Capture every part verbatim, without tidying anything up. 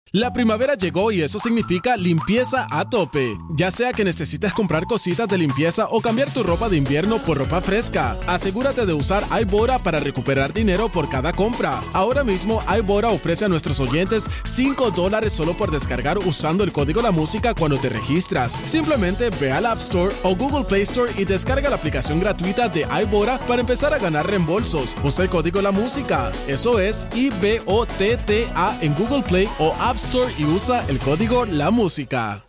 La primavera llegó y eso significa limpieza a tope. Ya sea que necesites comprar cositas de limpieza o cambiar tu ropa de invierno por ropa fresca, asegúrate de usar iBora para recuperar dinero por cada compra. Ahora mismo iBora ofrece a nuestros oyentes cinco dólares solo por descargar usando el código La Música cuando te registras. Simplemente ve al App Store o Google Play Store y descarga la aplicación gratuita de iBora para empezar a ganar reembolsos. Usa el código La Música. Eso es I B O T T A en Google Play o App Store y usa el código La Música.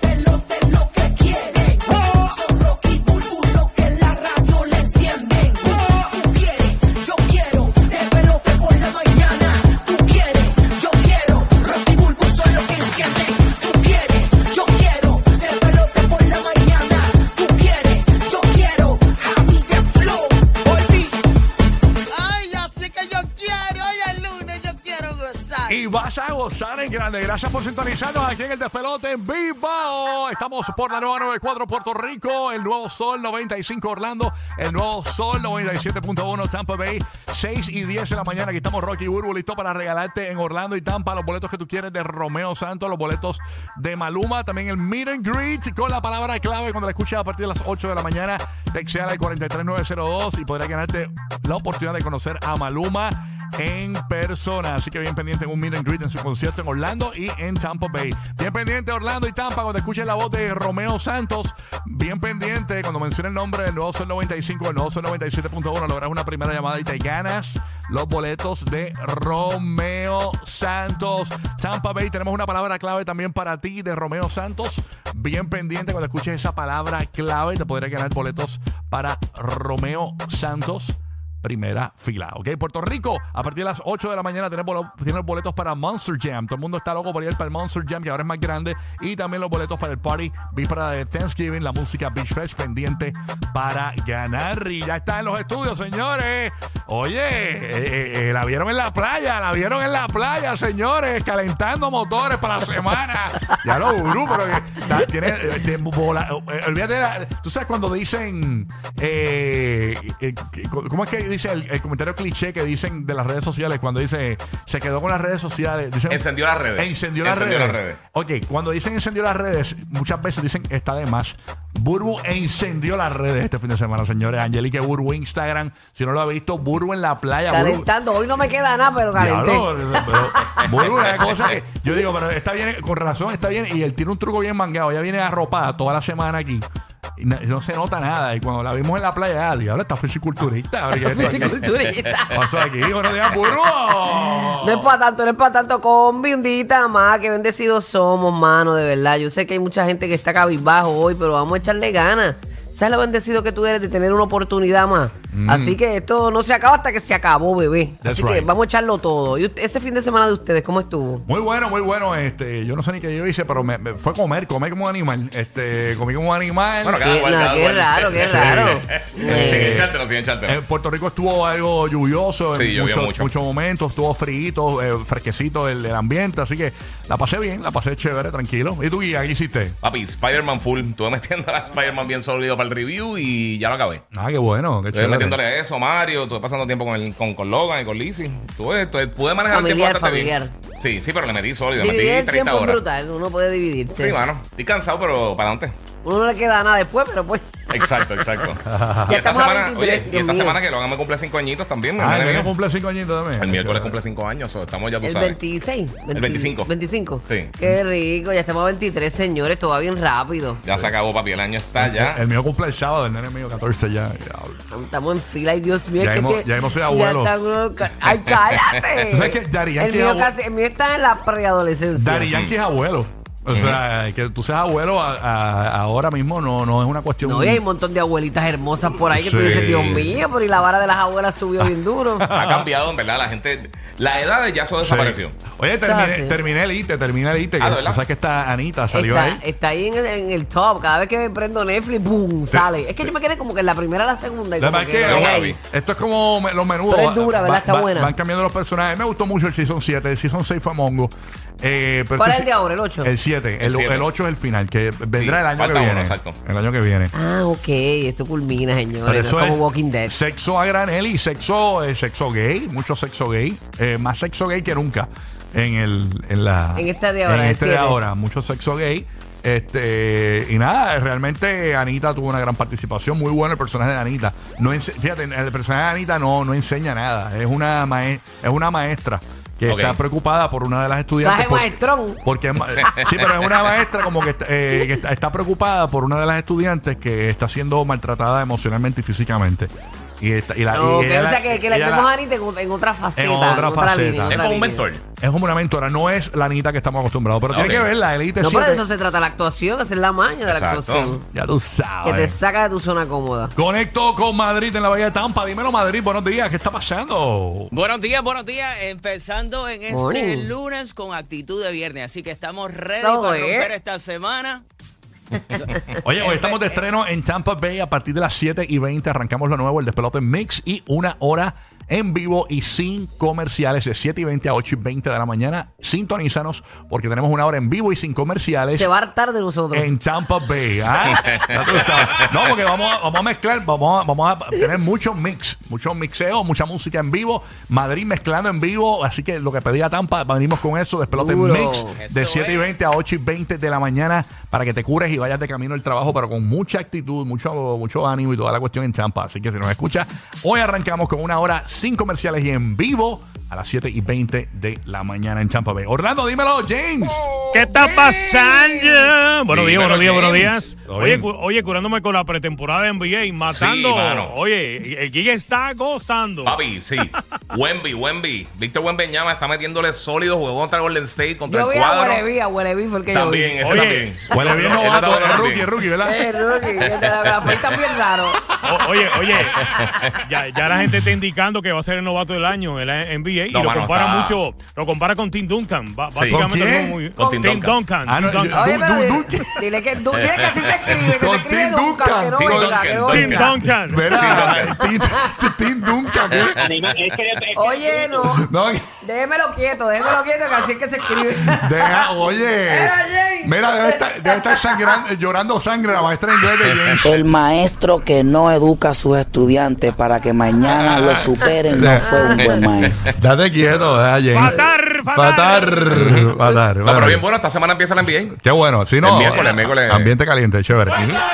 Y vas a gozar en grande. Gracias por sintonizarnos aquí en el Despelote en vivo. Estamos por la nueva noventa y cuatro Puerto Rico, el nuevo Sol noventa y cinco Orlando, el nuevo Sol noventa y siete punto uno Tampa Bay, seis y diez de la mañana. Aquí estamos Rocky y Burbu, listo para regalarte en Orlando y Tampa los boletos que tú quieres de Romeo Santos, los boletos de Maluma, también el meet and greet con la palabra clave cuando la escuches a partir de las ocho de la mañana. Texteala al cuatro tres nueve cero dos y podrás ganarte la oportunidad de conocer a Maluma en persona. Así que bien pendiente en un meet and greet en su concierto en Orlando y en Tampa Bay. Bien pendiente Orlando y Tampa cuando escuches la voz de Romeo Santos. Bien pendiente cuando mencione el nombre del nuevo Sol noventa y cinco, el nuevo Sol noventa y siete punto uno. Logras una primera llamada y te ganas los boletos de Romeo Santos. Tampa Bay, tenemos una palabra clave también para ti de Romeo Santos. Bien pendiente cuando escuches esa palabra clave te podrás ganar boletos para Romeo Santos. Primera fila, ¿ok? Puerto Rico, a partir de las ocho de la mañana tenemos, tenemos boletos para Monster Jam. Todo el mundo está loco por ir para el Monster Jam, que ahora es más grande. Y también los boletos para el party víspera de Thanksgiving, la música Beach Fest pendiente para ganar. Y ya está en los estudios, señores. Oye, eh, eh, la vieron en la playa, la vieron en la playa, señores, calentando motores para la semana. Ya lo Burbu, pero que está, tiene, eh, tiene bola, eh, olvídate, la, tú sabes cuando dicen, eh, eh, ¿cómo es que dice el, el comentario cliché que dicen de las redes sociales cuando dice se quedó con las redes sociales? Dicen, encendió las redes. Encendió las encendió redes. las redes. Ok, cuando dicen encendió las redes, muchas veces dicen está de más. Burbu encendió las redes este fin de semana, señores. Angelique Burbu, Instagram. Si no lo ha visto, Burbu en la playa. Calentando. Burbu. Hoy no me queda nada, pero calenté. Diablo, pero, Burbu, una cosa que yo digo, pero está bien, con razón está bien. Y él tiene un truco bien mangado. Ella viene arropada toda la semana aquí. Y no, no se nota nada. Y cuando la vimos en la playa, ah, diablo, está fisiculturista. Fisiculturista. Pasó aquí, buenos días, Burbu. No es para tanto, no es para tanto. Combi, un día más, que bendecidos somos, mano, de verdad. Yo sé que hay mucha gente que está cabizbajo hoy, pero vamos a echarle ganas. ¿Sabes lo bendecido que tú eres de tener una oportunidad más? Mm. Así que esto no se acaba hasta que se acabó, bebé. That's Así right. que vamos a echarlo todo. ¿Y ese fin de semana de ustedes, cómo estuvo? Muy bueno, muy bueno. Este, yo no sé ni qué yo hice, pero me, me fue comer, comer como un animal. Este, comí como un animal. Bueno, Qué, cual, no, qué raro, qué raro. Sin echártelo, sin echártelo. En Puerto Rico estuvo algo lluvioso, sí, en mucho, muchos mucho. mucho momentos, estuvo frío, eh, fresquecito el, el ambiente, así que la pasé bien, la pasé chévere, tranquilo. ¿Y tú, Guía, qué hiciste? Papi, Spider-Man full. Estuve metiendo a la Spider-Man bien sólido para el review y ya lo acabé. Ah, qué bueno, qué Estuve chévere. metiéndole a eso, Mario. Estuve pasando tiempo con, el, con, con Logan y con Lizzie. Estuve, estuve, pude manejar Familiar, el tiempo bastante familiar. bien. Sí, sí, pero le metí sólido. Le Dividir metí el treinta tiempo es horas. brutal, uno puede dividirse. Sí, mano. Estoy cansado, pero para adelante. Uno no le queda nada después, pero pues. Exacto, exacto. Ya y esta estamos a semana, veintitrés, oye, y Dios esta mío. semana que Logan me cumple cinco añitos también. Ah, el el mío cumple cinco añitos también. El miércoles cumple cinco años, so, estamos ya tú El sabes. veintiséis. El veinticinco. veinticinco. Sí. Qué rico, ya estamos a veintitrés, señores, todo va bien rápido. Ya se acabó, papi, el año está ya. El, el mío cumple el sábado, el nene mío catorce ya. Diablo. Estamos en fila, ay Dios mío. Ya es que hemos- te- ya hemos sido abuelos. ya estamos- ay, cállate. ¿Tú sabes que Daddy el, Yankee mío es abu- casi, el mío está en la preadolescencia. Daddy Yankee es abuelo. O sea, que tú seas abuelo a- a- ahora mismo no, no es una cuestión. No, y hay un montón de abuelitas hermosas por ahí que tú Sí. dices, Dios mío, pero y la vara de las abuelas subió bien duro. Ha cambiado, en verdad, la gente. La edad ya eso Sí. desapareció. Oye, sea, terminé, sí. terminé el I T E, terminé el I T E. Ah, que- ¿de verdad? o sea que está Anita, salió Está, ahí. está ahí en el, en el top. Cada vez que me prendo Netflix, ¡boom! Sale. Es que yo me quedé como que en la primera a la segunda. Y La como verdad que, es Yo que la hey, vi. esto es como me- los menudos. Pero es dura, ¿verdad? Va- Está va- buena. Van cambiando los personajes. Me gustó mucho el Season siete. El Season seis fue Mongo. Eh, pero ¿Cuál este es el de ahora, el ocho? El siete. El, El siete. el ocho es el final, que vendrá Sí, el año falta que uno, viene. exacto. El año que viene. Ah, ok. Esto culmina, Pero señores. No eso es como es Walking Dead. sexo a granel y sexo, eh, sexo gay, mucho sexo gay, eh, más sexo gay que nunca. en el en la En este de ahora, en el este de siete. ahora, mucho sexo gay. Este, y nada, realmente Anita tuvo una gran participación, muy bueno el personaje de Anita. No ense- fíjate, el personaje de Anita no, no enseña nada, es una mae- es una maestra que Ok. está preocupada por una de las estudiantes. Traje por- maestrón. porque es ma- sí, pero es una maestra como que, está- eh, que está, está preocupada por una de las estudiantes que está siendo maltratada emocionalmente y físicamente. Y, esta- y la, y Ok, ella o la- sea que, que la ella vemos la- a Anita en, en otra faceta. En otra faceta. línea, en Es Es otra como un línea. mentor. es como una mentora, no es la Anita que estamos acostumbrados, pero Ok. tiene que ver la Elite No, pero de siete. eso se trata la actuación, esa es la maña de la Exacto. actuación. Ya tú Que te sabes. saca de tu zona cómoda. Conecto con Madrid en la Bahía de Tampa. Dímelo, Madrid, buenos días, ¿qué está pasando? Buenos días, buenos días. Empezando en este Morning. lunes con actitud de viernes. Así que estamos ready Todo para bien. romper esta semana. Oye, hoy estamos de estreno en Tampa Bay a partir de las siete y veinte. Arrancamos lo nuevo, el despelote mix y una hora en vivo y sin comerciales de siete y veinte a ocho y veinte de la mañana. Sintonízanos porque tenemos una hora en vivo y sin comerciales Se va a hartar de nosotros. en Tampa Bay. ¿Ah? Ya tú sabes. No, porque vamos a, vamos a mezclar, vamos a, vamos a tener muchos mix, muchos mixeos, mucha música en vivo. Madrid mezclando en vivo. Así que lo que pedía Tampa, venimos con eso, despelote Duro. mix de Eso siete y es. veinte a ocho y veinte de la mañana para que te cures y vayas de camino al trabajo, pero con mucha actitud, mucho, mucho ánimo y toda la cuestión en Tampa. Así que si nos escucha, hoy arrancamos con una hora sin comerciales y en vivo a las siete y veinte de la mañana en Tampa Bay. Orlando, dímelo, James. ¿Qué está pasando? Buenos días, Dímelo, buenos días, buenos James. días. Todo Oye, bien. cu- oye, curándome con la pretemporada de N B A, matando. Sí, mano. Oye, el Giga está gozando. Papi, sí. Wemby, Wemby. Víctor Wembanyama está metiéndole sólido. Jugó contra Golden State, contra Yo el vi a cuadro. Hueleví, a Hueleví fue el que También, yo vi. ese Oye, también. Huele bien Ese novato, también. es rookie, es rookie, ¿verdad? Eh, Rookie, que te- la afeitan bien raro. O- oye, oye, ya, ya la gente está indicando que va a ser el novato del año en la N B A y No, lo mano, compara está- mucho, lo compara con Tim Duncan. Ba- Sí. básicamente ¿Con quién? lo muy- Con Tim Duncan. Ah, no, Tim yo- Duncan. Oye, Du- pero du- dile, du- dile que, du- dile que así se escribe, que Con se escribe Tim Duncan, que no Duncan, Tim venga, que no Duncan. Tim venga. Duncan. Mira, Tim- Tim Duncan. ¿qué? Oye, no, No, déjemelo quieto, déjemelo quieto, que así es que se escribe. deja, oye. Mira, James. Mira, debe estar, debe estar sangrando, llorando sangre la maestra de inglés de James. El maestro que no educa a sus estudiantes para que mañana lo superen no fue un buen maestro. Date quieto, deja James. Fatar, fatar. Fatar, fatar. No, pero bien bueno, esta semana empieza la N B A. Qué bueno, si no. El miércoles, el miércoles. Ambiente caliente, chévere.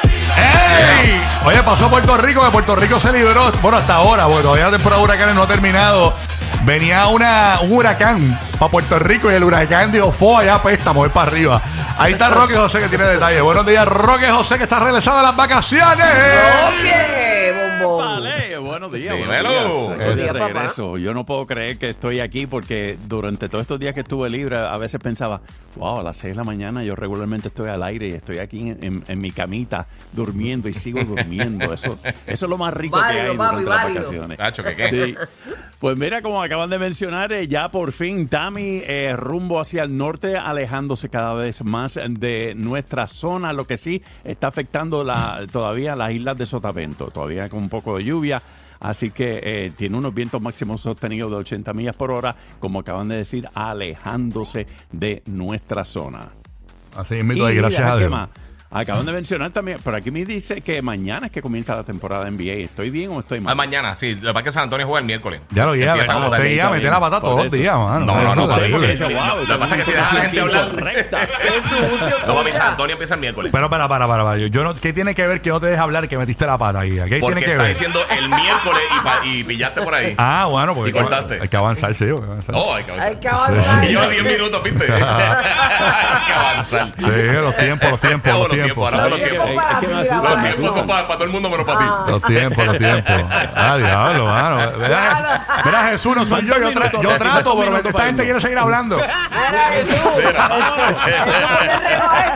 ¡Ey! Oye, pasó Puerto Rico, que Puerto Rico se libró. Bueno, hasta ahora, porque todavía la temporada de huracanes no ha terminado. Venía una, un huracán para Puerto Rico y el huracán dijo, fue allá pesta, mover para arriba. Ahí está Roque José que tiene detalles. Buenos días, Roque José, que está regresando de las vacaciones. Oye, bombón. Vale, buenos días. Dímelo. Buenos días. Buenos Aquí de días, papá. regreso. Yo no puedo creer que estoy aquí porque durante todos estos días que estuve libre, a veces pensaba, wow, a las seis de la mañana yo regularmente estoy al aire y estoy aquí en, en- en mi camita durmiendo y sigo durmiendo. Eso, eso es lo más rico Válido, que hay papi, durante las válido. vacaciones. Tacho, ¿qué qué? Sí. Pues mira, como acaban de mencionar, eh, ya por fin Tami eh, rumbo hacia el norte, alejándose cada vez más de nuestra zona, lo que sí está afectando la, todavía las islas de Sotavento, todavía con un poco de lluvia. Así que eh, tiene unos vientos máximos sostenidos de ochenta millas por hora, como acaban de decir, alejándose de nuestra zona. Así mismo, ahí, Y, gracias a ¿qué Dios. más? Acaban de mencionar también, pero aquí me dice que mañana es que comienza la temporada de N B A. ¿Estoy bien o estoy Ah, mal? mañana, sí. Lo que pasa es que San Antonio juega el miércoles. Ya lo guía, Empieza como usted también, guía, también. mete la pata Por todos los eso. días, mano. No, no, Eso no, es papi, terrible. porque- Lo que pasa es que si deja a la gente hablar. Correcta. Es sucio. No, papi, mira. San Antonio empieza el miércoles. Pero para, para, para, para. Yo, yo no, ¿qué tiene que ver que no te dejes hablar que metiste la pata ahí? ¿Qué Porque tiene que está ver? diciendo el miércoles y, pa- y pillaste por ahí. Ah, bueno, porque Y cortaste. hay que avanzar, sí. Hay que avanzar. Oh, hay que Hay avanzar. que avanzar. Y lleva diez minutos, ¿viste? hay que avanzar. Sí, los tiempos, los tiempos, Oh, los los tiempos, tiempos. ahora son Los los tiempos tiempos. para Es que ti, me asusta, para me ti. Los tiempos son para, para todo el mundo menos para ti. Los tiempos, los tiempos. Ah, diablo, mano. Mira, mira, Jesús, no soy yo. Yo, tra- yo trato, pero esta gente quiere seguir hablando. Mira, Jesús. Jesús, ponle reloj a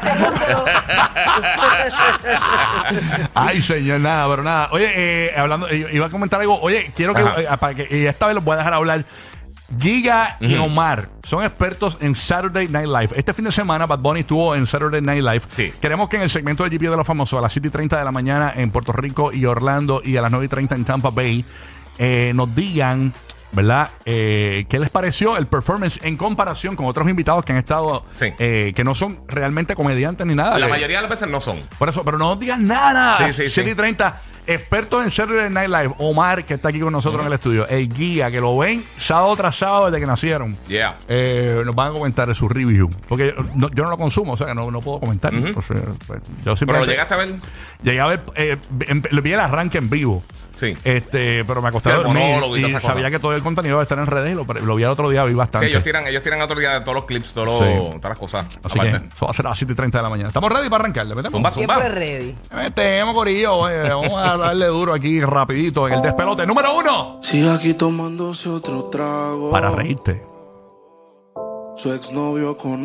este, Ay, señor, nada, pero nada. Oye, eh, hablando, eh, iba a comentar algo. Oye, quiero que, Ajá. eh, para que y esta vez los voy a dejar hablar. Giga y Omar son expertos en Saturday Night Live. Este fin de semana Bad Bunny estuvo en Saturday Night Live. Sí. Queremos que en el segmento de G P de los famosos a las siete y treinta de la mañana en Puerto Rico y Orlando y a las nueve y treinta en Tampa Bay eh, nos digan ¿verdad? Eh, ¿Qué les pareció el performance en comparación con otros invitados que han estado, Sí. eh, que no son realmente comediantes ni nada? La Eh, mayoría de las veces no son. Por eso, pero no digas nada. Sí, sí, siete y sí. treinta, expertos en Saturday Night Live. Omar, que está aquí con nosotros en el estudio. El guía, que lo ven sábado tras sábado desde que nacieron. Yeah. Eh, nos van a comentar su review. Porque no- yo no lo consumo, o sea que no, no puedo comentar. Ujú. Pues, eh, pues, yo Pero lo simplemente llegaste a ver. llegué a ver, eh, em- lo vi el arranque en vivo. Sí. Este, pero me acosté a El dormir monólogo y y todas esas sabía cosas. que todo el contenido iba a estar en redes y lo, lo vi el otro día, vi Sí, bastante. ellos tiran, ellos tiran otro día de todos los clips, todos los- Sí. todas las cosas. Así aparte. que eso va a ser a las siete y treinta de la mañana. ¿Estamos ready para arrancar? ¿Le metemos? Zumba, zumba. Siempre ready. Metemos, corillo. eh, Vamos a darle duro aquí rapidito en el despelote. Número uno. Sigue aquí tomándose otro trago. Para reírte. Su exnovio con